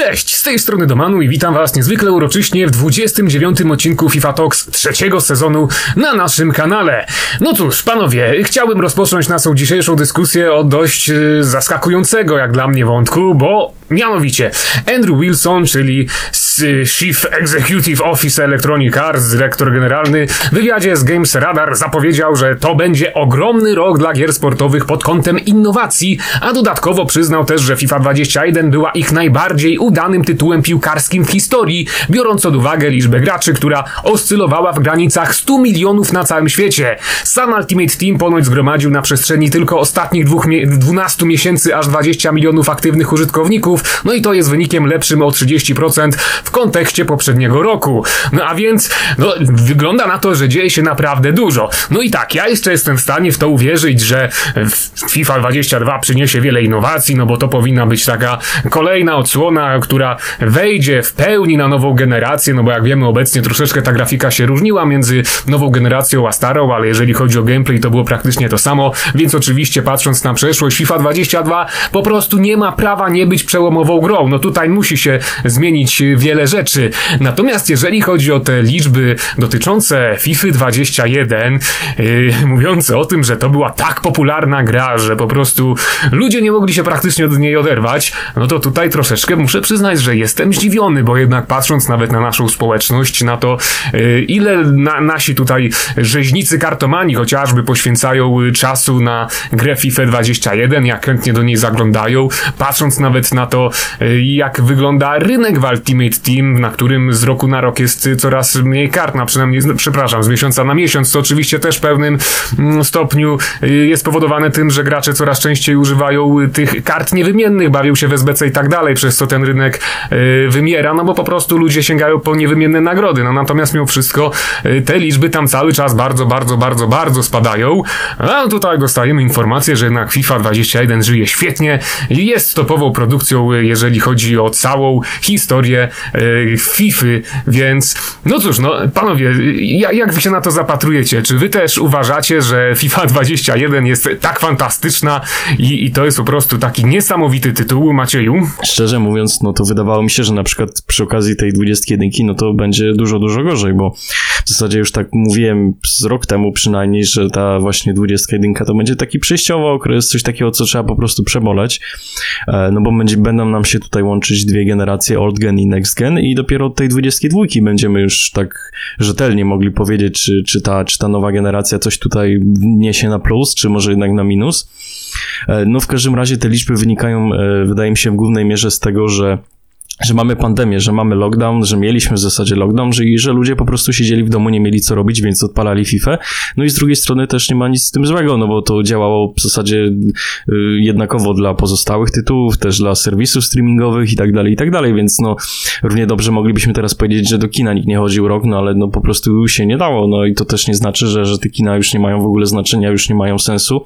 Cześć, z tej strony Domanu i witam was niezwykle uroczyśnie w 29. odcinku FIFA Talks trzeciego sezonu na naszym kanale. No cóż, panowie, chciałbym rozpocząć naszą dzisiejszą dyskusję od dość zaskakującego jak dla mnie wątku, bo mianowicie Andrew Wilson, czyli Chief Executive Officer Electronic Arts, dyrektor generalny, w wywiadzie z Games Radar zapowiedział, że to będzie ogromny rok dla gier sportowych pod kątem innowacji, a dodatkowo przyznał też, że FIFA 21 była ich najbardziej udanym tytułem piłkarskim w historii, biorąc pod uwagę liczbę graczy, która oscylowała w granicach 100 milionów na całym świecie. Sam Ultimate Team ponoć zgromadził na przestrzeni tylko ostatnich 12 miesięcy aż 20 milionów aktywnych użytkowników, no i to jest wynikiem lepszym o 30% w kontekście poprzedniego roku. No a więc, wygląda na to, że dzieje się naprawdę dużo. No i tak, ja jeszcze jestem w stanie w to uwierzyć, że FIFA 22 przyniesie wiele innowacji, no bo to powinna być taka kolejna odsłona, która wejdzie w pełni na nową generację, no bo jak wiemy obecnie troszeczkę ta grafika się różniła między nową generacją a starą, ale jeżeli chodzi o gameplay to było praktycznie to samo, więc oczywiście patrząc na przeszłość, FIFA 22 po prostu nie ma prawa nie być przełomową grą. No tutaj musi się zmienić wiele rzeczy. Natomiast jeżeli chodzi o te liczby dotyczące FIFA 21, mówiące o tym, że to była tak popularna gra, że po prostu ludzie nie mogli się praktycznie od niej oderwać, no to tutaj troszeczkę muszę przyznać, że jestem zdziwiony, bo jednak patrząc nawet na naszą społeczność, na to ile nasi tutaj rzeźnicy kartomani chociażby poświęcają czasu na grę FIFA 21, jak chętnie do niej zaglądają, patrząc nawet na to, jak wygląda rynek w Ultimate Team, na którym z roku na rok jest coraz mniej kart, z miesiąca na miesiąc, to oczywiście też w pewnym stopniu jest spowodowane tym, że gracze coraz częściej używają tych kart niewymiennych, bawią się w SBC i tak dalej, przez co ten rynek wymiera, no bo po prostu ludzie sięgają po niewymienne nagrody, no natomiast mimo wszystko te liczby tam cały czas bardzo spadają, a tutaj dostajemy informację, że jednak FIFA 21 żyje świetnie i jest topową produkcją, jeżeli chodzi o całą historię FIFA, więc no cóż, no panowie, jak wy się na to zapatrujecie? Czy wy też uważacie, że FIFA 21 jest tak fantastyczna i to jest po prostu taki niesamowity tytuł, Macieju? Szczerze mówiąc, no to wydawało mi się, że na przykład przy okazji tej 21 no to będzie dużo gorzej, bo w zasadzie już tak mówiłem z rok temu przynajmniej, że ta właśnie 21 to będzie taki przejściowy okres, coś takiego, co trzeba po prostu przeboleć, no bo będą nam się tutaj łączyć dwie generacje, old gen i next gen i dopiero od tej 22 będziemy już tak rzetelnie mogli powiedzieć, czy ta nowa generacja coś tutaj niesie na plus, czy może jednak na minus. No w każdym razie te liczby wynikają, wydaje mi się, w głównej mierze z tego, że mamy pandemię, że mamy lockdown, że mieliśmy w zasadzie lockdown, że ludzie po prostu siedzieli w domu, nie mieli co robić, więc odpalali FIFA. No i z drugiej strony też nie ma nic z tym złego, no bo to działało w zasadzie jednakowo dla pozostałych tytułów, też dla serwisów streamingowych i tak dalej, więc no równie dobrze moglibyśmy teraz powiedzieć, że do kina nikt nie chodził rok, no ale no po prostu się nie dało, no i to też nie znaczy, że te kina już nie mają w ogóle znaczenia, już nie mają sensu.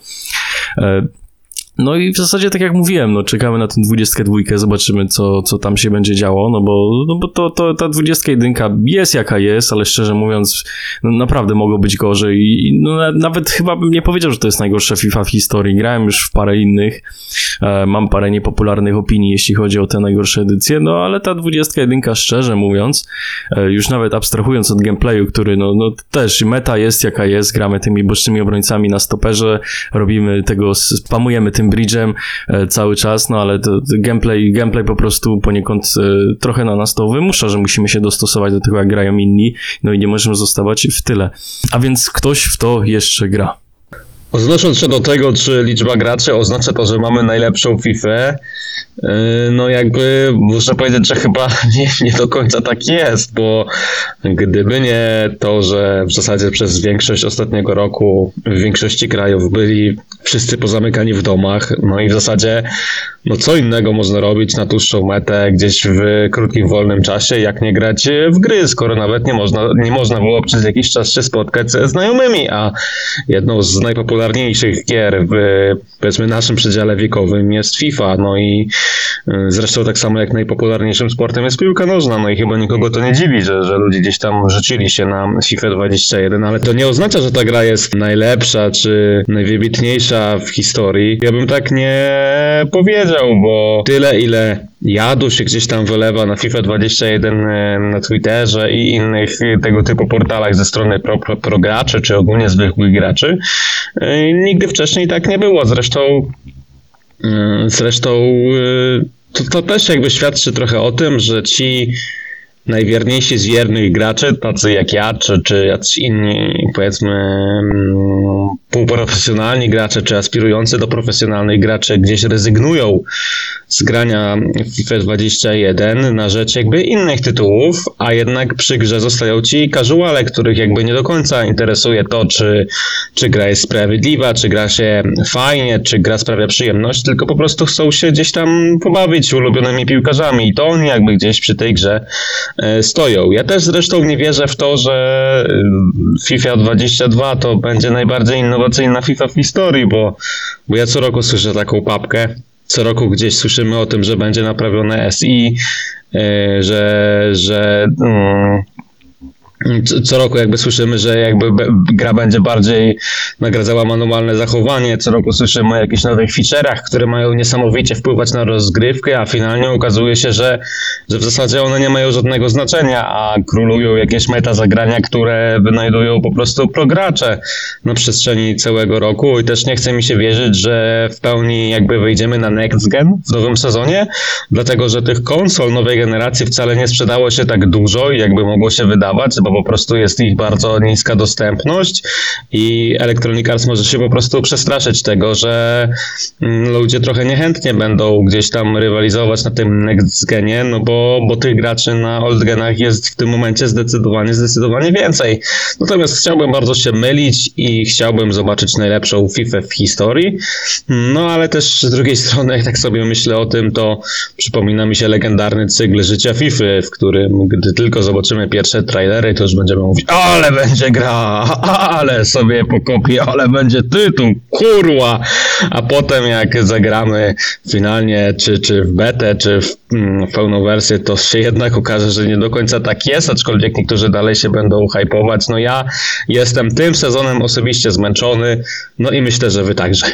No i w zasadzie tak jak mówiłem, no czekamy na tę 22, zobaczymy co tam się będzie działo, no bo to ta 21 jest jaka jest, ale szczerze mówiąc, no naprawdę mogło być gorzej i no nawet chyba bym nie powiedział, że to jest najgorsza FIFA w historii, grałem już w parę innych, mam parę niepopularnych opinii, jeśli chodzi o te najgorsze edycje, no ale ta 21 szczerze mówiąc, już nawet abstrahując od gameplayu, który no też meta jest jaka jest, gramy tymi bocznymi obrońcami na stoperze, robimy tego, spamujemy tym bridge'em cały czas, no ale to gameplay po prostu poniekąd trochę na nas to wymusza, że musimy się dostosować do tego, jak grają inni, no i nie możemy zostawać w tyle. A więc ktoś w to jeszcze gra. Odnosząc się do tego, czy liczba graczy oznacza to, że mamy najlepszą FIFA, no jakby muszę powiedzieć, że chyba nie do końca tak jest, bo gdyby nie to, że w zasadzie przez większość ostatniego roku w większości krajów byli wszyscy pozamykani w domach, no i w zasadzie no co innego można robić na dłuższą metę gdzieś w krótkim, wolnym czasie, jak nie grać w gry, skoro nawet nie można było przez jakiś czas się spotkać ze znajomymi, a jedną z najpopularniejszych gier w, powiedzmy, naszym przedziale wiekowym jest FIFA, no i zresztą tak samo jak najpopularniejszym sportem jest piłka nożna, no i chyba nikogo to nie dziwi, że ludzie gdzieś tam rzucili się na FIFA 21, ale to nie oznacza, że ta gra jest najlepsza czy najwybitniejsza w historii. Ja bym tak nie powiedział, bo tyle ile jadu się gdzieś tam wylewa na FIFA 21 na Twitterze i innych tego typu portalach ze strony pro graczy, czy ogólnie zwykłych graczy. Nigdy wcześniej tak nie było. Zresztą to też jakby świadczy trochę o tym, że ci najwierniejsi z wiernych graczy, tacy jak ja, czy jacyś inni, powiedzmy, półprofesjonalni gracze, czy aspirujący do profesjonalnych graczy gdzieś rezygnują z grania w FIFA 21 na rzecz jakby innych tytułów, a jednak przy grze zostają ci casuale, których jakby nie do końca interesuje to, czy gra jest sprawiedliwa, czy gra się fajnie, czy gra sprawia przyjemność, tylko po prostu chcą się gdzieś tam pobawić ulubionymi piłkarzami i to oni jakby gdzieś przy tej grze stoją. Ja też zresztą nie wierzę w to, że FIFA 22 to będzie najbardziej innowacyjna FIFA w historii, bo ja co roku słyszę taką papkę. Co roku gdzieś słyszymy o tym, że będzie naprawione SI, co roku jakby słyszymy, że jakby gra będzie bardziej nagradzała manualne zachowanie, co roku słyszymy o jakichś nowych feature'ach, które mają niesamowicie wpływać na rozgrywkę, a finalnie okazuje się, że w zasadzie one nie mają żadnego znaczenia, a królują jakieś meta zagrania, które wynajdują po prostu progracze na przestrzeni całego roku i też nie chce mi się wierzyć, że w pełni jakby wejdziemy na next gen w nowym sezonie, dlatego że tych konsol nowej generacji wcale nie sprzedało się tak dużo, jakby mogło się wydawać, bo po prostu jest ich bardzo niska dostępność i Electronic Arts może się po prostu przestraszyć tego, że ludzie trochę niechętnie będą gdzieś tam rywalizować na tym next genie, no bo tych graczy na old genach jest w tym momencie zdecydowanie więcej. Natomiast chciałbym bardzo się mylić i chciałbym zobaczyć najlepszą FIFA w historii, no ale też z drugiej strony, jak tak sobie myślę o tym, to przypomina mi się legendarny cykl życia FIFA, w którym gdy tylko zobaczymy pierwsze trailery, to już będziemy mówić, ale będzie gra, ale sobie pokopię, ale będzie tytuł, kurwa, a potem jak zagramy finalnie, czy w betę, czy w pełną wersję, to się jednak okaże, że nie do końca tak jest, aczkolwiek niektórzy dalej się będą hypować. No ja jestem tym sezonem osobiście zmęczony, no i myślę, że wy także.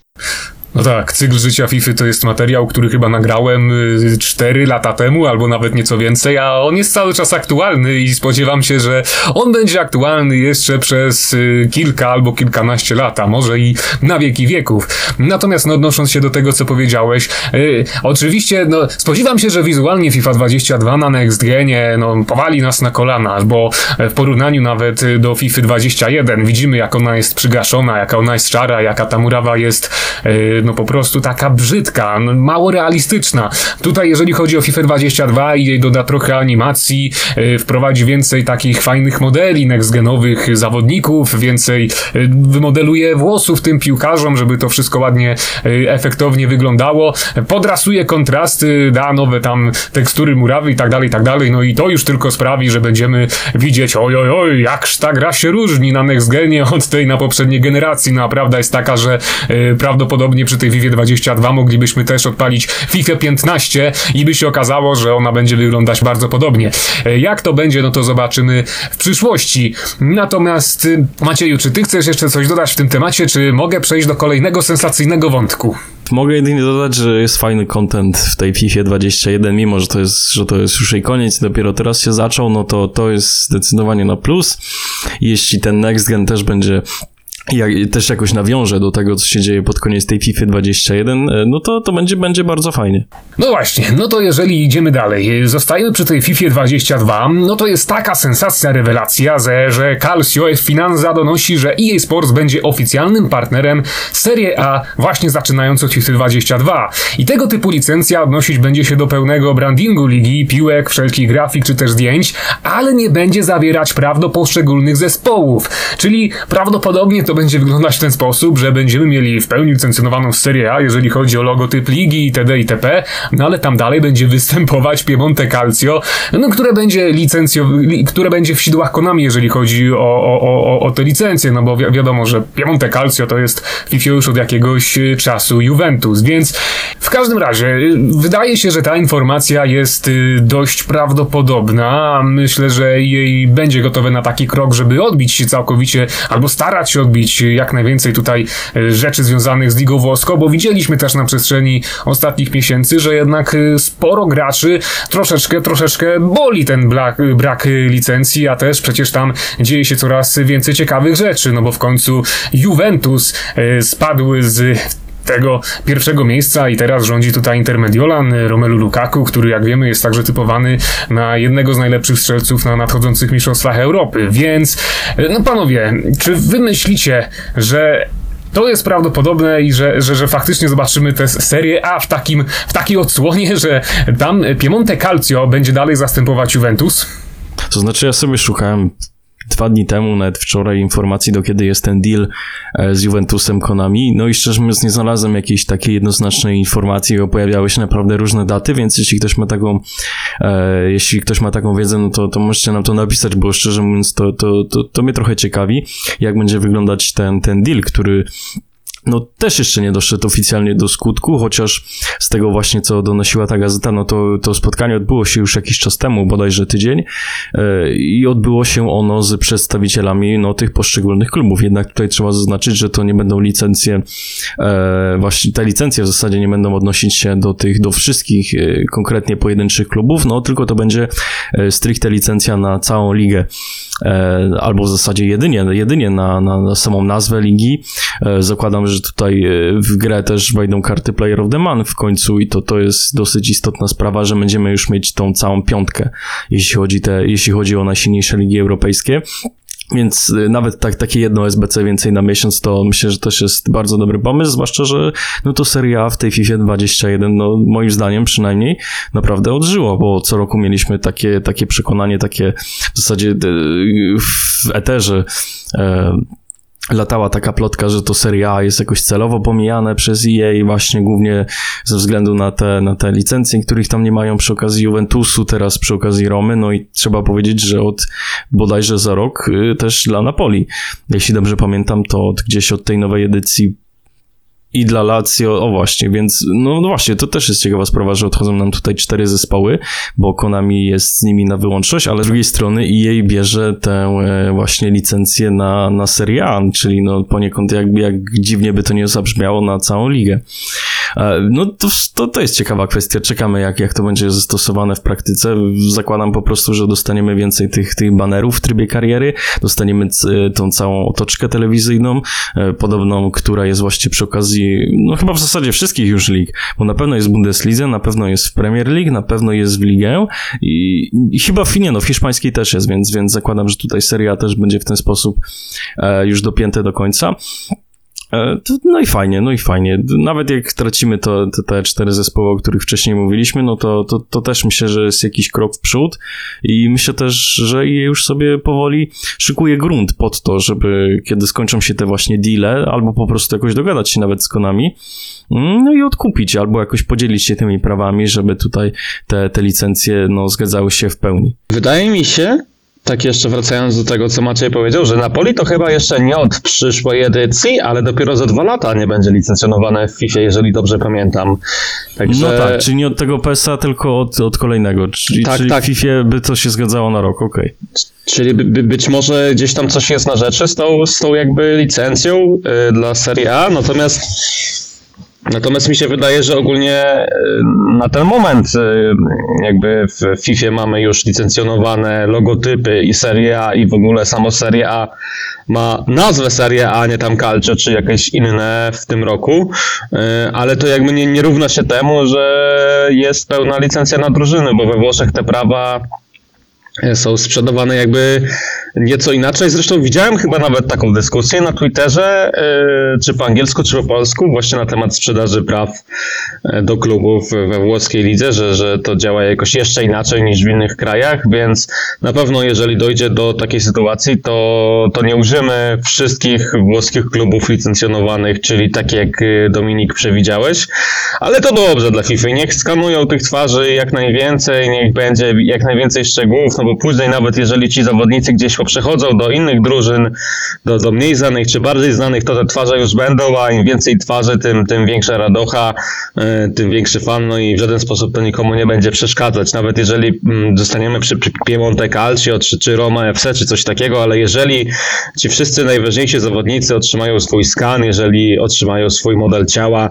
No tak, cykl życia FIFA to jest materiał, który chyba nagrałem 4 lata temu, albo nawet nieco więcej, a on jest cały czas aktualny i spodziewam się, że on będzie aktualny jeszcze przez kilka albo kilkanaście lat, a może i na wieki wieków. Natomiast odnosząc się do tego, co powiedziałeś, oczywiście spodziewam się, że wizualnie FIFA 22 na Next Genie powali nas na kolana, bo w porównaniu nawet do FIFA 21 widzimy, jak ona jest przygaszona, jaka ona jest szara, jaka ta murawa jest po prostu taka brzydka, mało realistyczna. Tutaj jeżeli chodzi o FIFA 22 i jej doda trochę animacji, wprowadzi więcej takich fajnych modeli next-genowych zawodników, więcej wymodeluje włosów tym piłkarzom, żeby to wszystko ładnie, efektownie wyglądało, podrasuje kontrasty, da nowe tam tekstury murawy i tak dalej, no i to już tylko sprawi, że będziemy widzieć oj, jakż ta gra się różni na next-genie od tej na poprzedniej generacji. No a prawda jest taka, że prawdopodobnie przy tej FIFA 22 moglibyśmy też odpalić FIFA 15 i by się okazało, że ona będzie wyglądać bardzo podobnie. Jak to będzie, no to zobaczymy w przyszłości. Natomiast Macieju, czy ty chcesz jeszcze coś dodać w tym temacie, czy mogę przejść do kolejnego sensacyjnego wątku? Mogę jedynie dodać, że jest fajny content w tej FIFA 21, mimo że to jest już jej koniec, dopiero teraz się zaczął, no to jest zdecydowanie na plus. Jeśli ten next gen też będzie też jakoś nawiąże do tego, co się dzieje pod koniec tej FIFA 21, no to będzie bardzo fajnie. No właśnie, no to jeżeli idziemy dalej, zostajemy przy tej FIFA 22, no to jest taka sensacja, rewelacja, że Calcio F Finanza donosi, że EA Sports będzie oficjalnym partnerem Serie A właśnie zaczynając od FIFA 22. I tego typu licencja odnosić będzie się do pełnego brandingu ligi, piłek, wszelkich grafik czy też zdjęć, ale nie będzie zawierać praw do poszczególnych zespołów. Czyli prawdopodobnie to będzie wyglądać w ten sposób, że będziemy mieli w pełni licencjonowaną Serie A, jeżeli chodzi o logotyp ligi itd. itp., no ale tam dalej będzie występować Piemonte Calcio, które będzie w sidłach Konami, jeżeli chodzi o te licencje, no bo wiadomo, że Piemonte Calcio to jest w FIFA już od jakiegoś czasu Juventus, więc w każdym razie wydaje się, że ta informacja jest dość prawdopodobna. Myślę, że jej będzie gotowe na taki krok, żeby odbić się całkowicie, albo starać się odbić zrobić jak najwięcej tutaj rzeczy związanych z ligą włoską, bo widzieliśmy też na przestrzeni ostatnich miesięcy, że jednak sporo graczy troszeczkę boli ten brak licencji, a też przecież tam dzieje się coraz więcej ciekawych rzeczy, no bo w końcu Juventus spadł z tego pierwszego miejsca i teraz rządzi tutaj Intermediolan, Romelu Lukaku, który jak wiemy jest także typowany na jednego z najlepszych strzelców na nadchodzących mistrzostwach Europy, więc no panowie, czy wy myślicie, że to jest prawdopodobne i że faktycznie zobaczymy tę serię A w takiej odsłonie, że tam Piemonte Calcio będzie dalej zastępować Juventus? To znaczy ja sobie szukałem 2 dni temu, nawet wczoraj, informacji, do kiedy jest ten deal z Juventusem Konami. No i szczerze mówiąc nie znalazłem jakiejś takiej jednoznacznej informacji, bo pojawiały się naprawdę różne daty, więc jeśli ktoś ma taką wiedzę, no to możecie nam to napisać, bo szczerze mówiąc to mnie trochę ciekawi, jak będzie wyglądać ten deal, który no też jeszcze nie doszedł oficjalnie do skutku, chociaż z tego właśnie, co donosiła ta gazeta, no to spotkanie odbyło się już jakiś czas temu, bodajże tydzień, i odbyło się ono z przedstawicielami no tych poszczególnych klubów. Jednak tutaj trzeba zaznaczyć, że to nie będą licencje, właśnie te licencje w zasadzie nie będą odnosić się do wszystkich konkretnie pojedynczych klubów, no tylko to będzie stricte licencja na całą ligę. Albo w zasadzie jedynie na samą nazwę ligi. Zakładam, że tutaj w grę też wejdą karty Player of the Month w końcu i to jest dosyć istotna sprawa, że będziemy już mieć tą całą piątkę, jeśli chodzi o najsilniejsze ligi europejskie. Więc nawet takie jedno SBC więcej na miesiąc, to myślę, że też jest bardzo dobry pomysł, zwłaszcza, że no to Serie A w tej FIFA 21, no moim zdaniem przynajmniej, naprawdę odżyło, bo co roku mieliśmy takie przekonanie, takie w zasadzie w eterze latała taka plotka, że to Serie A jest jakoś celowo pomijane przez EA właśnie głównie ze względu na te licencje, których tam nie mają przy okazji Juventusu, teraz przy okazji Romy, no i trzeba powiedzieć, że bodajże za rok też dla Napoli. Jeśli dobrze pamiętam, to gdzieś od tej nowej edycji i dla Lazio, o właśnie, więc no właśnie, to też jest ciekawa sprawa, że odchodzą nam tutaj 4 zespoły, bo Konami jest z nimi na wyłączność, ale z drugiej strony EA bierze tę właśnie licencję na Serie A, czyli no poniekąd jak dziwnie by to nie zabrzmiało na całą ligę. No to jest ciekawa kwestia, czekamy jak to będzie zastosowane w praktyce. Zakładam po prostu, że dostaniemy więcej tych banerów w trybie kariery, dostaniemy tą całą otoczkę telewizyjną, podobną, która jest właśnie przy okazji no chyba w zasadzie wszystkich już lig, bo na pewno jest w Bundeslidze, na pewno jest w Premier League, na pewno jest w Ligę i chyba w hiszpańskiej też jest, więc zakładam, że tutaj Serie A też będzie w ten sposób już dopięte do końca. No i fajnie. Nawet jak tracimy te 4 zespoły, o których wcześniej mówiliśmy, no to też myślę, że jest jakiś krok w przód i myślę też, że już sobie powoli szykuje grunt pod to, żeby kiedy skończą się te właśnie deale, albo po prostu jakoś dogadać się nawet z Konami, no i odkupić, albo jakoś podzielić się tymi prawami, żeby tutaj te licencje no zgadzały się w pełni. Wydaje mi się, tak jeszcze wracając do tego, co Maciej powiedział, że Napoli to chyba jeszcze nie od przyszłej edycji, ale dopiero za 2 lata nie będzie licencjonowane w FIFA, jeżeli dobrze pamiętam. Także... No tak, czyli nie od tego PES-a, tylko od kolejnego. Czyli w FIFA by to się zgadzało na rok, okej. Czyli być może gdzieś tam coś jest na rzeczy z tą jakby licencją dla Serie A, Natomiast mi się wydaje, że ogólnie na ten moment jakby w FIFA mamy już licencjonowane logotypy i Serie A i w ogóle samo Serie A ma nazwę Serie A, nie tam Calcio czy jakieś inne w tym roku, ale to jakby nie równa się temu, że jest pełna licencja na drużyny, bo we Włoszech te prawa są sprzedawane jakby nieco inaczej. Zresztą widziałem chyba nawet taką dyskusję na Twitterze, czy po angielsku, czy po polsku, właśnie na temat sprzedaży praw do klubów we włoskiej lidze, że to działa jakoś jeszcze inaczej niż w innych krajach, więc na pewno jeżeli dojdzie do takiej sytuacji, to nie użyjemy wszystkich włoskich klubów licencjonowanych, czyli tak jak Dominik przewidziałeś, ale to dobrze dla FIFA. Niech skanują tych twarzy jak najwięcej, niech będzie jak najwięcej szczegółów, no albo później, nawet jeżeli ci zawodnicy gdzieś przechodzą do innych drużyn, do mniej znanych czy bardziej znanych, to te twarze już będą, a im więcej twarzy, tym większa radocha, tym większy fan, no i w żaden sposób to nikomu nie będzie przeszkadzać. Nawet jeżeli zostaniemy przy Piemonte Calcio, czy Roma FC, czy coś takiego, ale jeżeli ci wszyscy najważniejsi zawodnicy otrzymają swój skan, jeżeli otrzymają swój model ciała,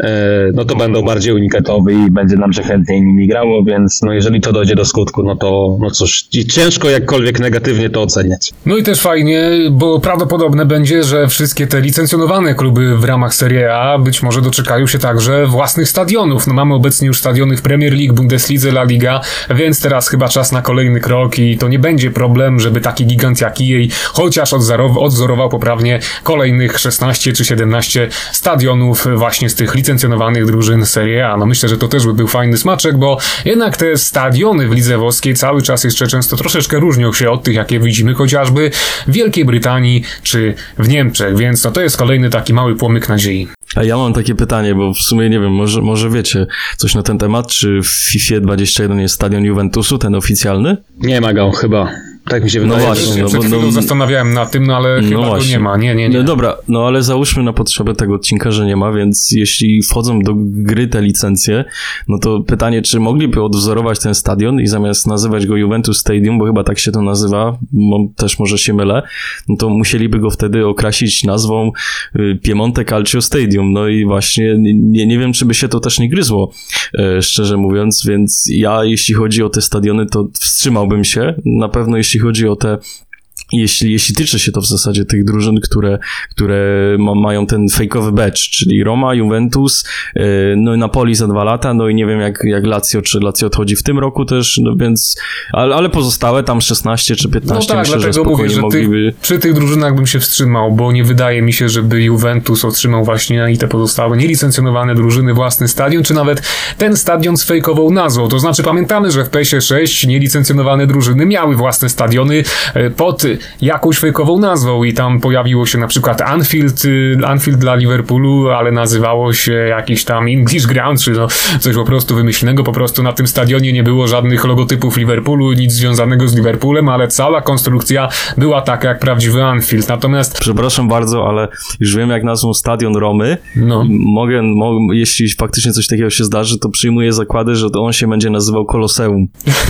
no to będą bardziej unikatowi i będzie nam się chętniej nimi grało, więc no jeżeli to dojdzie do skutku, no to no cóż, ciężko jakkolwiek negatywnie to oceniać. No i też fajnie, bo prawdopodobne będzie, że wszystkie te licencjonowane kluby w ramach Serie A być może doczekają się także własnych stadionów. No mamy obecnie już stadiony w Premier League, Bundeslidze, La Liga, więc teraz chyba czas na kolejny krok i to nie będzie problem, żeby taki gigant jak EA chociaż odwzorował poprawnie kolejnych 16 czy 17 stadionów właśnie z tych licencjonowanych drużyn Serie A. No myślę, że to też by był fajny smaczek, bo jednak te stadiony w lidze włoskiej cały czas jeszcze często troszeczkę różnią się od tych, jakie widzimy chociażby w Wielkiej Brytanii czy w Niemczech, więc no to jest kolejny taki mały płomyk nadziei. A ja mam takie pytanie, bo w sumie nie wiem, może wiecie coś na ten temat, czy w FIFA 21 jest stadion Juventusu, ten oficjalny? Nie ma go chyba. Tak mi się wydaje. No właśnie, Przed chwilą zastanawiałem nad tym, no ale chyba go nie ma. Nie. No dobra, no ale załóżmy na potrzebę tego odcinka, że nie ma, więc jeśli wchodzą do gry te licencje, no to pytanie, czy mogliby odwzorować ten stadion i zamiast nazywać go Juventus Stadium, bo chyba tak się to nazywa, też może się mylę, no to musieliby go wtedy okrasić nazwą Piemonte Calcio Stadium. No i właśnie nie wiem, czy by się to też nie gryzło, szczerze mówiąc, więc ja, jeśli chodzi o te stadiony, to wstrzymałbym się. Na pewno jeśli chodzi o te, jeśli tyczy się to w zasadzie tych drużyn, które mają ten fejkowy badge, czyli Roma, Juventus, no i Napoli za 2 lata, no i nie wiem jak Lazio, czy Lazio odchodzi w tym roku też, no więc, ale pozostałe tam 16 czy 15, no tak, myślę, że spokojnie mówię, że mogliby... przy tych drużynach bym się wstrzymał, bo nie wydaje mi się, żeby Juventus otrzymał właśnie i te pozostałe nielicencjonowane drużyny własny stadion, czy nawet ten stadion z fejkową nazwą. To znaczy pamiętamy, że w PES-ie 6 nielicencjonowane drużyny miały własne stadiony pod jakąś fejkową nazwą i tam pojawiło się na przykład Anfield dla Liverpoolu, ale nazywało się jakiś tam English Ground, czy no coś po prostu wymyślnego, po prostu na tym stadionie nie było żadnych logotypów Liverpoolu, nic związanego z Liverpoolem, ale cała konstrukcja była taka jak prawdziwy Anfield. Natomiast... Przepraszam bardzo, ale już wiem jak nazwą stadion Romy. No. Mogę, jeśli faktycznie coś takiego się zdarzy, to przyjmuję zakłady, że to on się będzie nazywał Koloseum.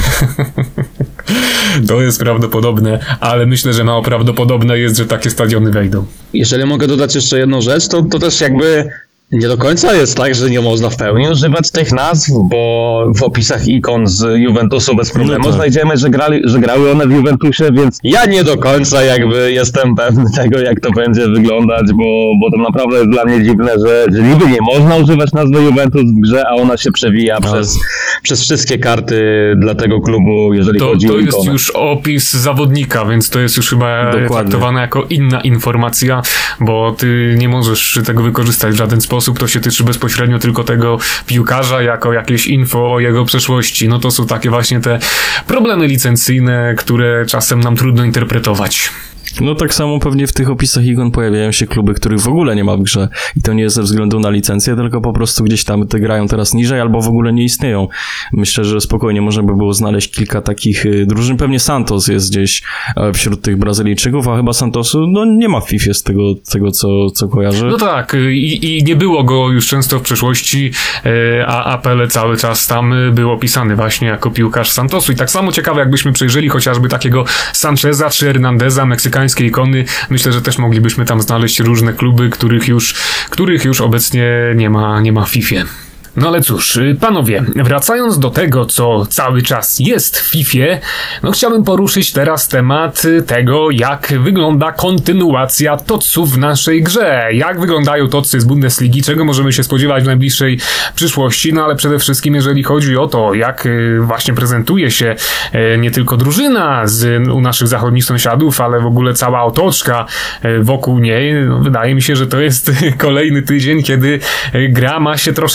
To jest prawdopodobne, ale myślę, że mało prawdopodobne jest, że takie stadiony wejdą. Jeżeli mogę dodać jeszcze jedną rzecz, to też jakby nie do końca jest tak, że nie można w pełni używać tych nazw, bo w opisach ikon z Juventusu bez problemu No tak. znajdziemy, że grały one w Juventusie, więc ja nie do końca jakby jestem pewny tego, jak to będzie wyglądać, bo to naprawdę jest dla mnie dziwne, że niby nie można używać nazwy Juventus w grze, a ona się przewija przez wszystkie karty dla tego klubu, jeżeli chodzi o To ikony. jest już opis zawodnika, więc to jest już chyba traktowane jako inna informacja, bo ty nie możesz tego wykorzystać w żaden sposób. To się tyczy bezpośrednio tylko tego piłkarza jako jakieś info o jego przeszłości. No to są takie właśnie te problemy licencyjne, które czasem nam trudno interpretować. No tak samo pewnie w tych opisach ikon pojawiają się kluby, których w ogóle nie ma w grze i to nie jest ze względu na licencję, tylko po prostu gdzieś tam te grają teraz niżej albo w ogóle nie istnieją. Myślę, że spokojnie można by było znaleźć kilka takich drużyn. Pewnie Santos jest gdzieś wśród tych Brazylijczyków, a chyba Santosu no nie ma w FIFA z tego co kojarzę. No tak, i nie było go już często w przeszłości, a Pele cały czas tam był opisany właśnie jako piłkarz Santosu. I tak samo ciekawe, jakbyśmy przejrzeli chociażby takiego Sancheza czy Hernandeza, meksykańskie ikony, myślę, że też moglibyśmy tam znaleźć różne kluby, których już obecnie nie ma w FIFA. No ale cóż, panowie, wracając do tego, co cały czas jest w FIFA, no chciałbym poruszyć teraz temat tego, jak wygląda kontynuacja TOTS-u w naszej grze. Jak wyglądają TOTS-y z Bundesligi, czego możemy się spodziewać w najbliższej przyszłości, no ale przede wszystkim jeżeli chodzi o to, jak właśnie prezentuje się nie tylko drużyna u naszych zachodnich sąsiadów, ale w ogóle cała otoczka wokół niej, no wydaje mi się, że to jest kolejny tydzień, kiedy gra ma się troszeczkę lepiej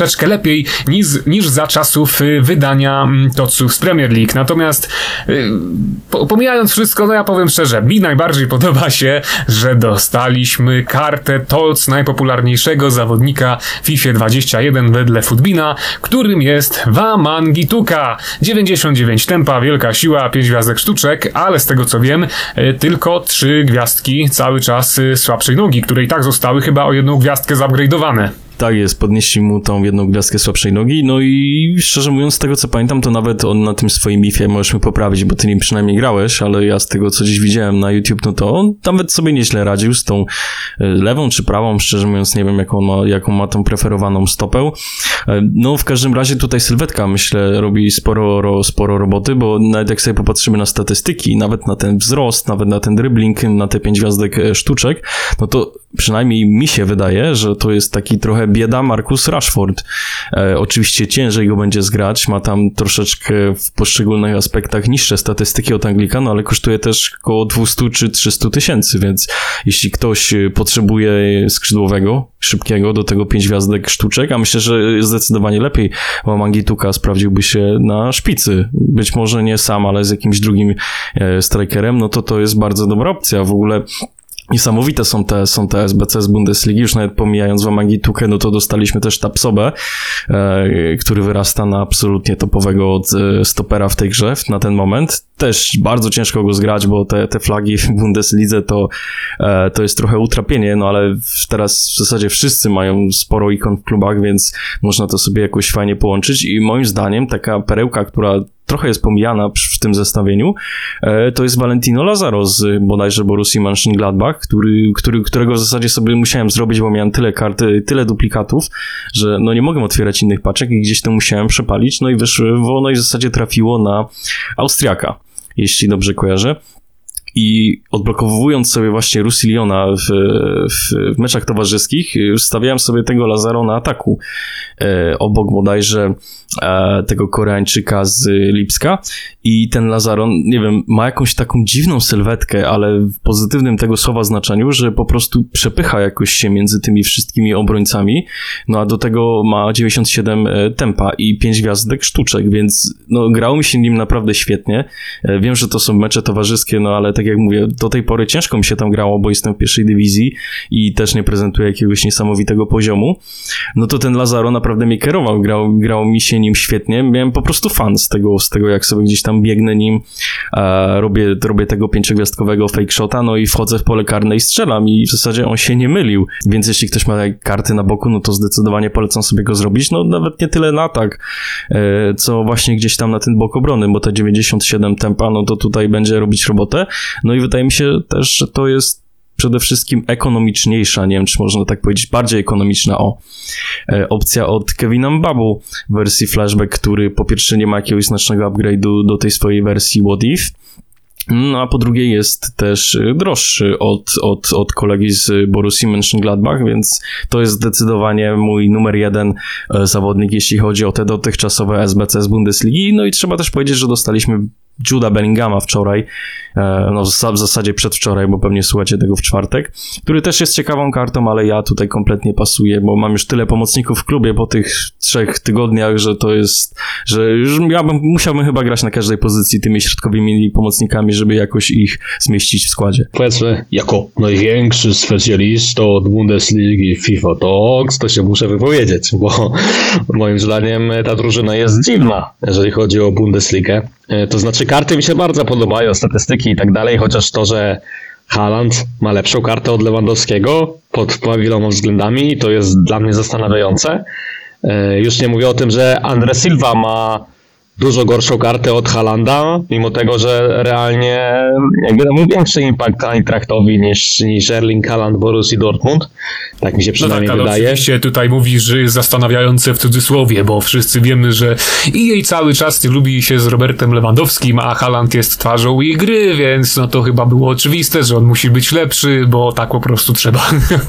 lepiej niż za czasów wydania TOTS-ów z Premier League. Natomiast pomijając wszystko, no ja powiem szczerze, mi najbardziej podoba się, że dostaliśmy kartę TOTS najpopularniejszego zawodnika w FIFA 21 wedle Footbina, którym jest Wamangituka. 99 tempa, wielka siła, 5 gwiazdek sztuczek, ale z tego co wiem, tylko 3 gwiazdki cały czas słabszej nogi, które i tak zostały chyba o 1 gwiazdkę zupgrade'owane. Tak jest, podnieśli mu tą 1 gwiazdkę słabszej nogi, no i szczerze mówiąc, z tego co pamiętam, to nawet on na tym swoim ifie, możesz mnie poprawić, bo ty nim przynajmniej grałeś, ale ja z tego co dziś widziałem na YouTube, no to on nawet sobie nieźle radził z tą lewą czy prawą, szczerze mówiąc nie wiem jaką ma tą preferowaną stopę. No w każdym razie tutaj sylwetka, myślę, robi sporo roboty, bo nawet jak sobie popatrzymy na statystyki, nawet na ten wzrost, nawet na ten dribbling, na te 5 gwiazdek sztuczek, no to przynajmniej mi się wydaje, że to jest taki trochę bieda Marcus Rashford. Oczywiście ciężej go będzie zgrać, ma tam troszeczkę w poszczególnych aspektach niższe statystyki od Anglika, no ale kosztuje też około 200 czy 300 tysięcy, więc jeśli ktoś potrzebuje skrzydłowego, szybkiego, do tego 5 gwiazdek sztuczek, a myślę, że zdecydowanie lepiej Wamangituka sprawdziłby się na szpicy. Być może nie sam, ale z jakimś drugim strikerem, no to jest bardzo dobra opcja. W ogóle niesamowite są te SBC z Bundesligi, już nawet pomijając Wamangitukę, no to dostaliśmy też Tapsobę, który wyrasta na absolutnie topowego stopera w tej grze na ten moment. Też bardzo ciężko go zgrać, bo te flagi w Bundeslidze to jest trochę utrapienie, no ale teraz w zasadzie wszyscy mają sporo ikon w klubach, więc można to sobie jakoś fajnie połączyć i moim zdaniem taka perełka, która trochę jest pomijana w tym zestawieniu, to jest Valentino Lazaro z bodajże Borussii Mönchengladbach, którego w zasadzie sobie musiałem zrobić, bo miałem tyle kart, tyle duplikatów, że no nie mogłem otwierać innych paczek i gdzieś to musiałem przepalić, no i wyszło, no i w zasadzie trafiło na Austriaka, jeśli dobrze kojarzę. I odblokowując sobie właśnie Roussillona w meczach towarzyskich, już stawiałem sobie tego Lazaro na ataku. Obok bodajże tego Koreańczyka z Lipska i ten Lazaro, nie wiem, ma jakąś taką dziwną sylwetkę, ale w pozytywnym tego słowa znaczeniu, że po prostu przepycha jakoś się między tymi wszystkimi obrońcami, no a do tego ma 97 tempa i 5 gwiazdek sztuczek, więc no grało mi się nim naprawdę świetnie. Wiem, że to są mecze towarzyskie, no ale tak jak mówię, do tej pory ciężko mi się tam grało, bo jestem w pierwszej dywizji i też nie prezentuję jakiegoś niesamowitego poziomu. No to ten Lazaro naprawdę mnie kierował, grało mi się nim świetnie. Miałem po prostu fan z tego jak sobie gdzieś tam biegnę nim, robię tego 5-gwiazdkowego fake shota, no i wchodzę w pole karne i strzelam i w zasadzie on się nie mylił. Więc jeśli ktoś ma karty na boku, no to zdecydowanie polecam sobie go zrobić. No nawet nie tyle na atak, co właśnie gdzieś tam na ten bok obrony, bo te 97 tempa, no to tutaj będzie robić robotę. No i wydaje mi się też, że to jest przede wszystkim ekonomiczniejsza, nie wiem, czy można tak powiedzieć, bardziej ekonomiczna opcja od Kevina Mbabu w wersji Flashback, który po pierwsze nie ma jakiegoś znacznego upgrade'u do tej swojej wersji What If, no a po drugie jest też droższy od kolegi z Borussii Mönchengladbach, więc to jest zdecydowanie mój numer 1 zawodnik, jeśli chodzi o te dotychczasowe SBC z Bundesligi. No i trzeba też powiedzieć, że dostaliśmy Juda Bellinghama wczoraj, no w zasadzie przedwczoraj, bo pewnie słuchacie tego w czwartek, który też jest ciekawą kartą, ale ja tutaj kompletnie pasuję, bo mam już tyle pomocników w klubie po tych 3 tygodniach, że to jest, że już musiałbym chyba grać na każdej pozycji tymi środkowymi pomocnikami, żeby jakoś ich zmieścić w składzie. Powiedzmy, jako największy specjalista od Bundesligi FIFA Talks, to się muszę wypowiedzieć, bo moim zdaniem ta drużyna jest dziwna, jeżeli chodzi o Bundesligę. To znaczy karty mi się bardzo podobają, statystyki i tak dalej, chociaż to, że Haaland ma lepszą kartę od Lewandowskiego pod wieloma względami, to jest dla mnie zastanawiające. Już nie mówię o tym, że Andre Silva ma dużo gorszą kartę od Haalanda, mimo tego, że realnie jakby miał większy impact Eintrachtowi niż Erling Haaland Borussii Dortmund. Tak mi się przynajmniej no tak, wydaje. Oczywiście tutaj mówisz, że jest zastanawiające w cudzysłowie, bo wszyscy wiemy, że jej cały czas nie lubi się z Robertem Lewandowskim, a Haaland jest twarzą jej gry, więc no to chyba było oczywiste, że on musi być lepszy, bo tak po prostu trzeba.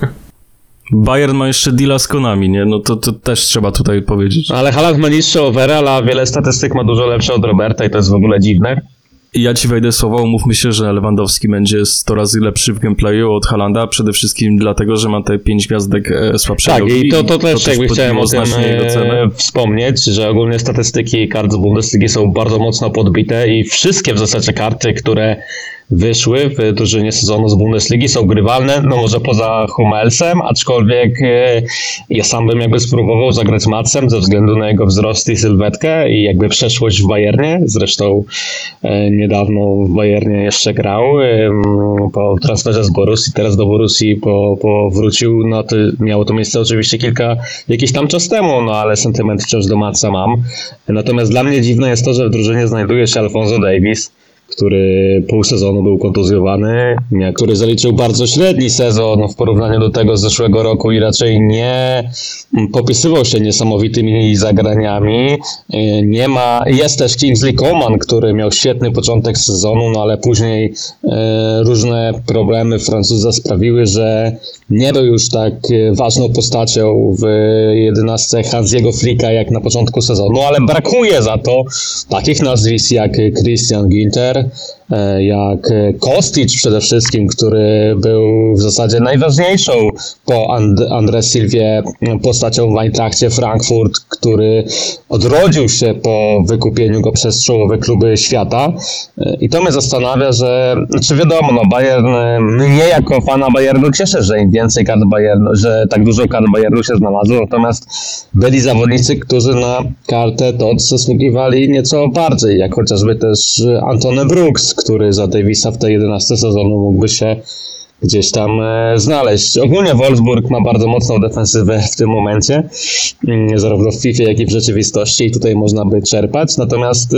Bayern ma jeszcze deala z Konami, nie? No to też trzeba tutaj powiedzieć. Ale Haaland ma niższy overall, a wiele statystyk ma dużo lepsze od Roberta i to jest w ogóle dziwne. Ja ci wejdę słowo, umówmy się, że Lewandowski będzie 100 razy lepszy w gameplayu od Haalanda, przede wszystkim dlatego, że ma te 5 gwiazdek słabszej Tak, nogi. i to też jakby chciałem o tym znacznie jego cenę. wspomnieć, że ogólnie statystyki kart z Bundesligi są bardzo mocno podbite i wszystkie w zasadzie karty, które wyszły w drużynie sezonu z Bundesligi są grywalne, no może poza Hummelsem, aczkolwiek ja sam bym jakby spróbował zagrać Matsem ze względu na jego wzrost i sylwetkę i jakby przeszłość w Bayernie, zresztą niedawno w Bayernie jeszcze grał po transferze z Borussii, teraz do Borussii powrócił, no to miało to miejsce oczywiście jakiś tam czas temu, no ale sentyment wciąż do Matsa mam. Natomiast dla mnie dziwne jest to, że w drużynie znajduje się Alphonso Davies, który pół sezonu był kontuzjowany, który zaliczył bardzo średni sezon w porównaniu do tego z zeszłego roku i raczej nie popisywał się niesamowitymi zagraniami. Jest też Kingsley Coman, który miał świetny początek sezonu, no ale później różne problemy Francuza sprawiły, że nie był już tak ważną postacią w 11 Hansiego Flicka jak na początku sezonu, ale brakuje za to takich nazwisk jak Christian Ginter, jak Kostic przede wszystkim, który był w zasadzie najważniejszą po André Silvie postacią w Eintrachcie Frankfurt, który odrodził się po wykupieniu go przez czołowe kluby świata. I to mnie zastanawia, że, znaczy wiadomo, no Bayern, mnie jako fana Bayernu cieszę, że im więcej kart Bayernu, że tak dużo kart Bayernu się znalazło, natomiast byli zawodnicy, którzy na kartę to zasługiwali nieco bardziej, jak chociażby też Antony Brooks, który za Davisa w tej 11 sezonu mógłby się gdzieś tam znaleźć. Ogólnie Wolfsburg ma bardzo mocną defensywę w tym momencie, zarówno w FIFA, jak i w rzeczywistości i tutaj można by czerpać, natomiast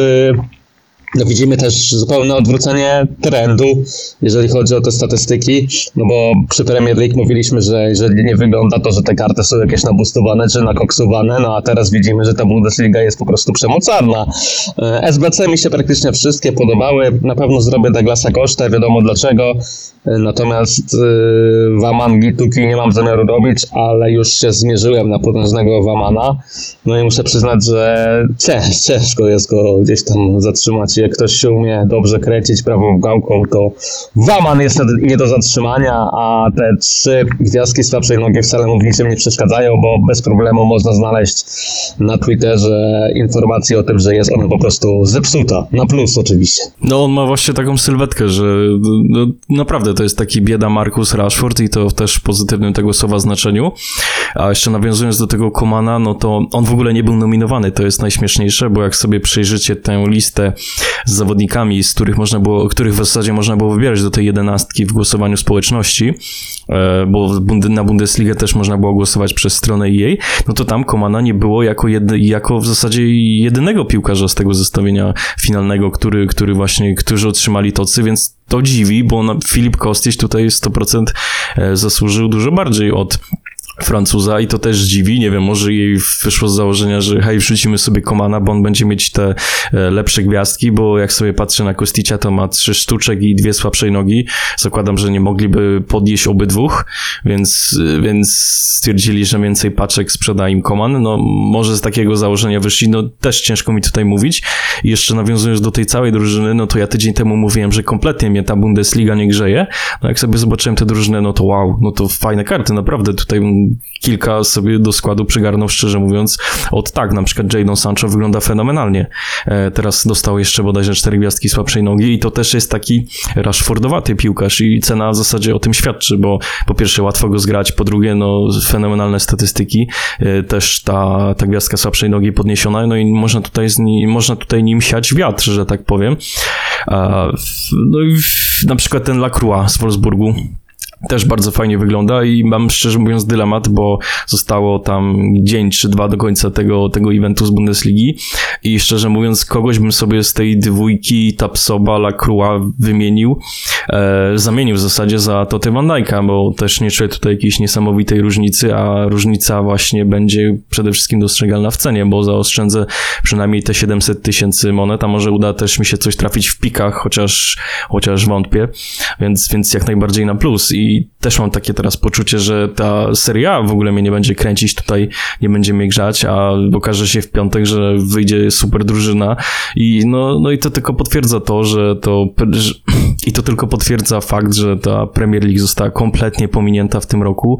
no widzimy też zupełne odwrócenie trendu, jeżeli chodzi o te statystyki, no bo przy Premier League mówiliśmy, że jeżeli nie wygląda to, że te karty są jakieś nabustowane czy nakoksowane, no a teraz widzimy, że ta Bundesliga jest po prostu przemocarna. SBC mi się praktycznie wszystkie podobały, na pewno zrobię Douglasa Costa, wiadomo dlaczego, natomiast Waman Gituki nie mam zamiaru robić, ale już się zmierzyłem na potężnego Wamana, no i muszę przyznać, że ciężko jest go gdzieś tam zatrzymać. Jak ktoś się umie dobrze kręcić prawą gałką, to Waman jest nie do zatrzymania, a te 3 gwiazdki słabszej nogi wcale mu w niczym nie przeszkadzają, bo bez problemu można znaleźć na Twitterze informację o tym, że jest ona po prostu zepsuta. Na plus oczywiście. No on ma właśnie taką sylwetkę, że no, naprawdę to jest taki bieda Marcus Rashford i to też w pozytywnym tego słowa znaczeniu. A jeszcze nawiązując do tego Komana, no to on w ogóle nie był nominowany, to jest najśmieszniejsze, bo jak sobie przejrzycie tę listę z zawodnikami, z których w zasadzie można było wybierać do tej 11 w głosowaniu społeczności, bo na Bundesligę też można było głosować przez stronę EA, no to tam Komana nie było jako w zasadzie jedynego piłkarza z tego zestawienia finalnego, którzy otrzymali tocy, więc to dziwi, bo Filip Kostic tutaj 100% zasłużył dużo bardziej od Francuza i to też dziwi, nie wiem, może jej wyszło z założenia, że hej, wrzucimy sobie Komana, bo on będzie mieć te lepsze gwiazdki, bo jak sobie patrzę na Kosticia, to ma 3 sztuczek i 2 słabszej nogi, zakładam, że nie mogliby podnieść obydwóch, więc stwierdzili, że więcej paczek sprzeda im Koman, no może z takiego założenia wyszli, no też ciężko mi tutaj mówić i jeszcze nawiązując do tej całej drużyny, no to ja tydzień temu mówiłem, że kompletnie mnie ta Bundesliga nie grzeje, no jak sobie zobaczyłem tę drużynę, no to wow, no to fajne karty, naprawdę tutaj kilka sobie do składu przygarnął, szczerze mówiąc. Na przykład Jadon Sancho wygląda fenomenalnie. Teraz dostał jeszcze bodajże 4 gwiazdki słabszej nogi i to też jest taki Rashfordowaty piłkarz i cena w zasadzie o tym świadczy, bo po pierwsze łatwo go zgrać, po drugie no fenomenalne statystyki, też ta gwiazdka słabszej nogi podniesiona, no i można tutaj nim siać wiatr, że tak powiem. No i na przykład ten Lacroix z Wolfsburgu też bardzo fajnie wygląda i mam szczerze mówiąc dylemat, bo zostało tam dzień czy 2 do końca tego eventu z Bundesligi i szczerze mówiąc kogoś bym sobie z tej dwójki Tapsoba, Lacroix zamienił w zasadzie za Toty Van Dijk'a, bo też nie czuję tutaj jakiejś niesamowitej różnicy, a różnica właśnie będzie przede wszystkim dostrzegalna w cenie, bo zaoszczędzę przynajmniej te 700 000 monet, a może uda też mi się coś trafić w pikach, chociaż wątpię, więc jak najbardziej na plus i i też mam takie teraz poczucie, że ta Serie A w ogóle mnie nie będzie kręcić, tutaj nie będzie mnie grzać, a okaże się w piątek, że wyjdzie super drużyna i no i to tylko potwierdza to, i to tylko potwierdza fakt, że ta Premier League została kompletnie pominięta w tym roku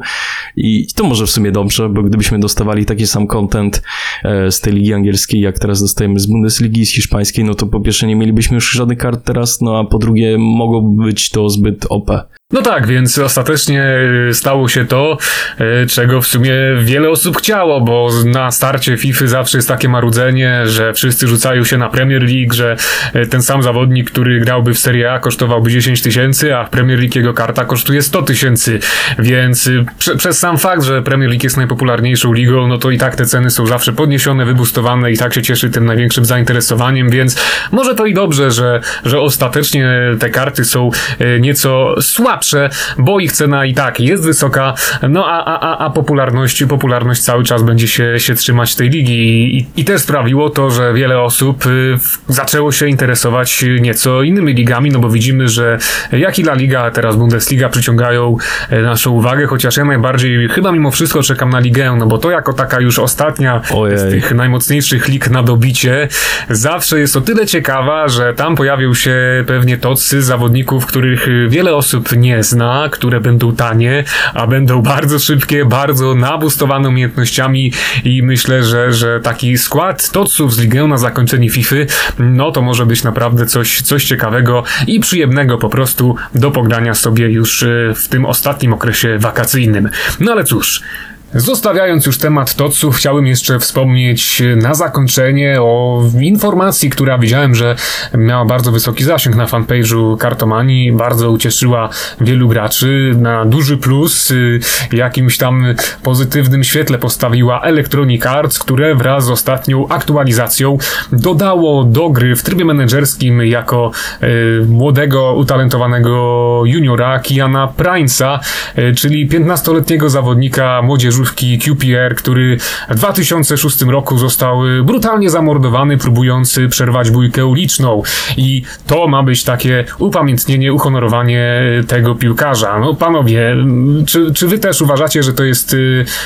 i to może w sumie dobrze, bo gdybyśmy dostawali taki sam content z tej ligi angielskiej, jak teraz dostajemy z Bundesligi, z hiszpańskiej, no to po pierwsze nie mielibyśmy już żadnych kart teraz, no a po drugie mogłoby być to zbyt OP. No tak, więc ostatecznie stało się to, czego w sumie wiele osób chciało, bo na starcie FIFA zawsze jest takie marudzenie, że wszyscy rzucają się na Premier League, że ten sam zawodnik, który grałby w Serie A, kosztowałby 10 000, a w Premier League jego karta kosztuje 100 000, więc przez sam fakt, że Premier League jest najpopularniejszą ligą, no to i tak te ceny są zawsze podniesione, wybustowane i tak się cieszy tym największym zainteresowaniem, więc może to i dobrze, że ostatecznie te karty są nieco słabsze, bo ich cena i tak jest wysoka, no a popularność cały czas będzie się trzymać tej ligi i też sprawiło to, że wiele osób zaczęło się interesować nieco innymi ligami, no bo widzimy, że jak i La Liga, a teraz Bundesliga przyciągają naszą uwagę, chociaż ja najbardziej chyba mimo wszystko czekam na Ligę, no bo to jako taka już ostatnia z tych najmocniejszych lig na dobicie zawsze jest o tyle ciekawa, że tam pojawią się pewnie tocy zawodników, których wiele osób nie zna, które będą tanie, a będą bardzo szybkie, bardzo nabustowane umiejętnościami i myślę, że taki skład toców z ligę na zakończenie FIFA, no to może być naprawdę coś ciekawego i przyjemnego po prostu do pogrania sobie już w tym ostatnim okresie wakacyjnym. No ale cóż, zostawiając już temat toców, chciałbym jeszcze wspomnieć na zakończenie o informacji, która widziałem, że miała bardzo wysoki zasięg na fanpage'u Kartomanii, bardzo ucieszyła wielu graczy, na duży plus jakimś tam pozytywnym świetle postawiła Electronic Arts, które wraz z ostatnią aktualizacją dodało do gry w trybie menedżerskim jako młodego, utalentowanego juniora Kiana Prince'a, czyli 15-letniego zawodnika młodzieżówki QPR, który w 2006 roku został brutalnie zamordowany, próbując przerwać bójkę uliczną. I to ma być takie upamiętnienie, uhonorowanie tego piłkarza. No panowie, czy wy też uważacie, że to jest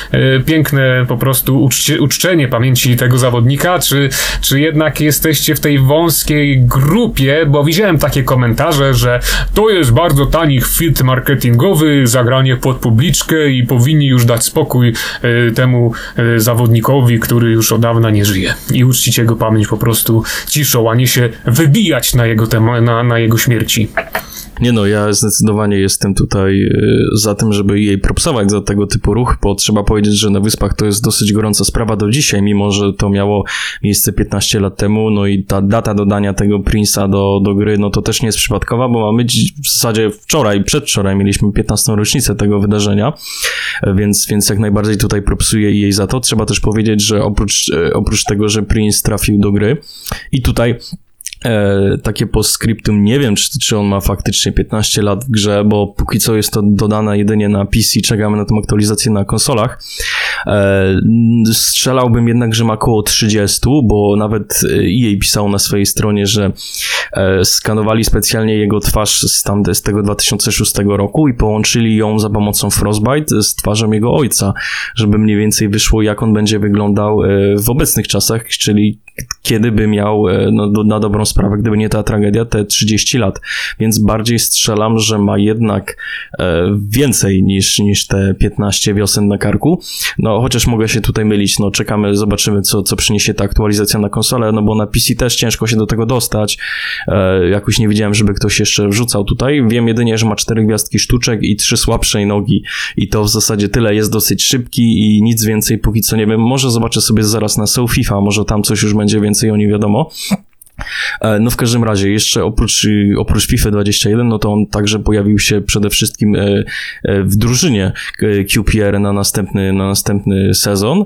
piękne po prostu uczczenie pamięci tego zawodnika, czy jednak jesteście w tej wąskiej grupie, bo widziałem takie komentarze, że to jest bardzo tani chwyt marketingowy, zagranie pod publiczkę i powinni już dać spokój temu zawodnikowi, który już od dawna nie żyje i uczcić jego pamięć po prostu ciszą, a nie się wybijać na jego śmierci. Nie no, ja zdecydowanie jestem tutaj za tym, żeby jej propsować za tego typu ruch, bo trzeba powiedzieć, że na Wyspach to jest dosyć gorąca sprawa do dzisiaj, mimo że to miało miejsce 15 lat temu, no i ta data dodania tego Prince'a do gry, no to też nie jest przypadkowa, bo mamy w zasadzie przedwczoraj mieliśmy 15. rocznicę tego wydarzenia, więc jak najbardziej tutaj propsuję jej za to. Trzeba też powiedzieć, że oprócz tego, że Prince trafił do gry i tutaj takie postscriptum, nie wiem, czy on ma faktycznie 15 lat w grze, bo póki co jest to dodane jedynie na PC, czekamy na tą aktualizację na konsolach. Strzelałbym jednak, że ma około 30, bo nawet EA pisał na swojej stronie, że skanowali specjalnie jego twarz z tego 2006 roku i połączyli ją za pomocą Frostbite z twarzą jego ojca, żeby mniej więcej wyszło, jak on będzie wyglądał w obecnych czasach, czyli kiedy by miał, na dobrą sprawę, gdyby nie ta tragedia, te 30 lat. Więc bardziej strzelam, że ma jednak więcej niż te 15 wiosen na karku. No, chociaż mogę się tutaj mylić, no czekamy, zobaczymy, co przyniesie ta aktualizacja na konsolę, no bo na PC też ciężko się do tego dostać. Jakoś nie widziałem, żeby ktoś jeszcze wrzucał tutaj. Wiem jedynie, że ma 4 gwiazdki sztuczek i 3 słabszej nogi. I to w zasadzie tyle. Jest dosyć szybki i nic więcej póki co nie wiem. Może zobaczę sobie zaraz na Soul FIFA, może tam coś już będzie więcej o nim wiadomo. No w każdym razie, jeszcze oprócz FIFA 21, no to on także pojawił się przede wszystkim w drużynie QPR na następny sezon.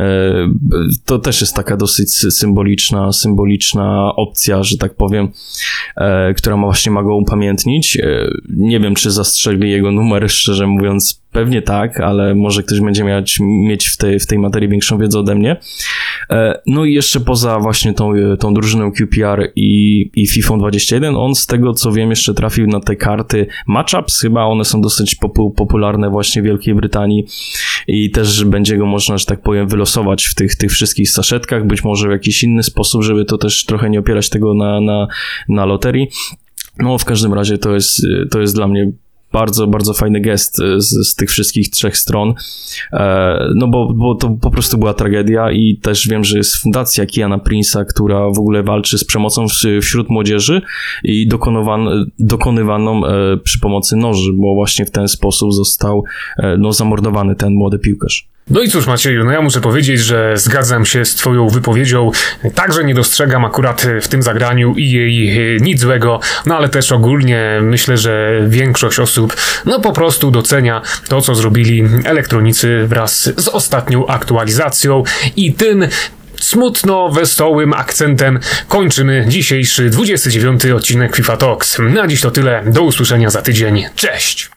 To też jest taka dosyć symboliczna opcja, że tak powiem, która ma go upamiętnić. Nie wiem, czy zastrzegli jego numer, szczerze mówiąc, pewnie tak, ale może ktoś będzie mieć w tej materii większą wiedzę ode mnie. No i jeszcze poza właśnie tą drużyną QPR i FIFA 21, on z tego co wiem jeszcze trafił na te karty matchups, chyba one są dosyć popularne właśnie w Wielkiej Brytanii i też będzie go można, że tak powiem, wylosować w tych wszystkich saszetkach, być może w jakiś inny sposób, żeby to też trochę nie opierać tego na loterii. No w każdym razie to jest dla mnie bardzo, bardzo fajny gest z tych wszystkich 3 stron, no bo to po prostu była tragedia i też wiem, że jest fundacja Kiana Prince'a, która w ogóle walczy z przemocą wśród młodzieży i dokonywaną przy pomocy noży, bo właśnie w ten sposób został zamordowany ten młody piłkarz. No i cóż, Macieju, no ja muszę powiedzieć, że zgadzam się z twoją wypowiedzią. Także nie dostrzegam akurat w tym zagraniu i jej nic złego, no ale też ogólnie myślę, że większość osób no po prostu docenia to, co zrobili elektronicy wraz z ostatnią aktualizacją i tym smutno wesołym akcentem kończymy dzisiejszy 29. odcinek FIFA Talks. Na dziś to tyle, do usłyszenia za tydzień. Cześć!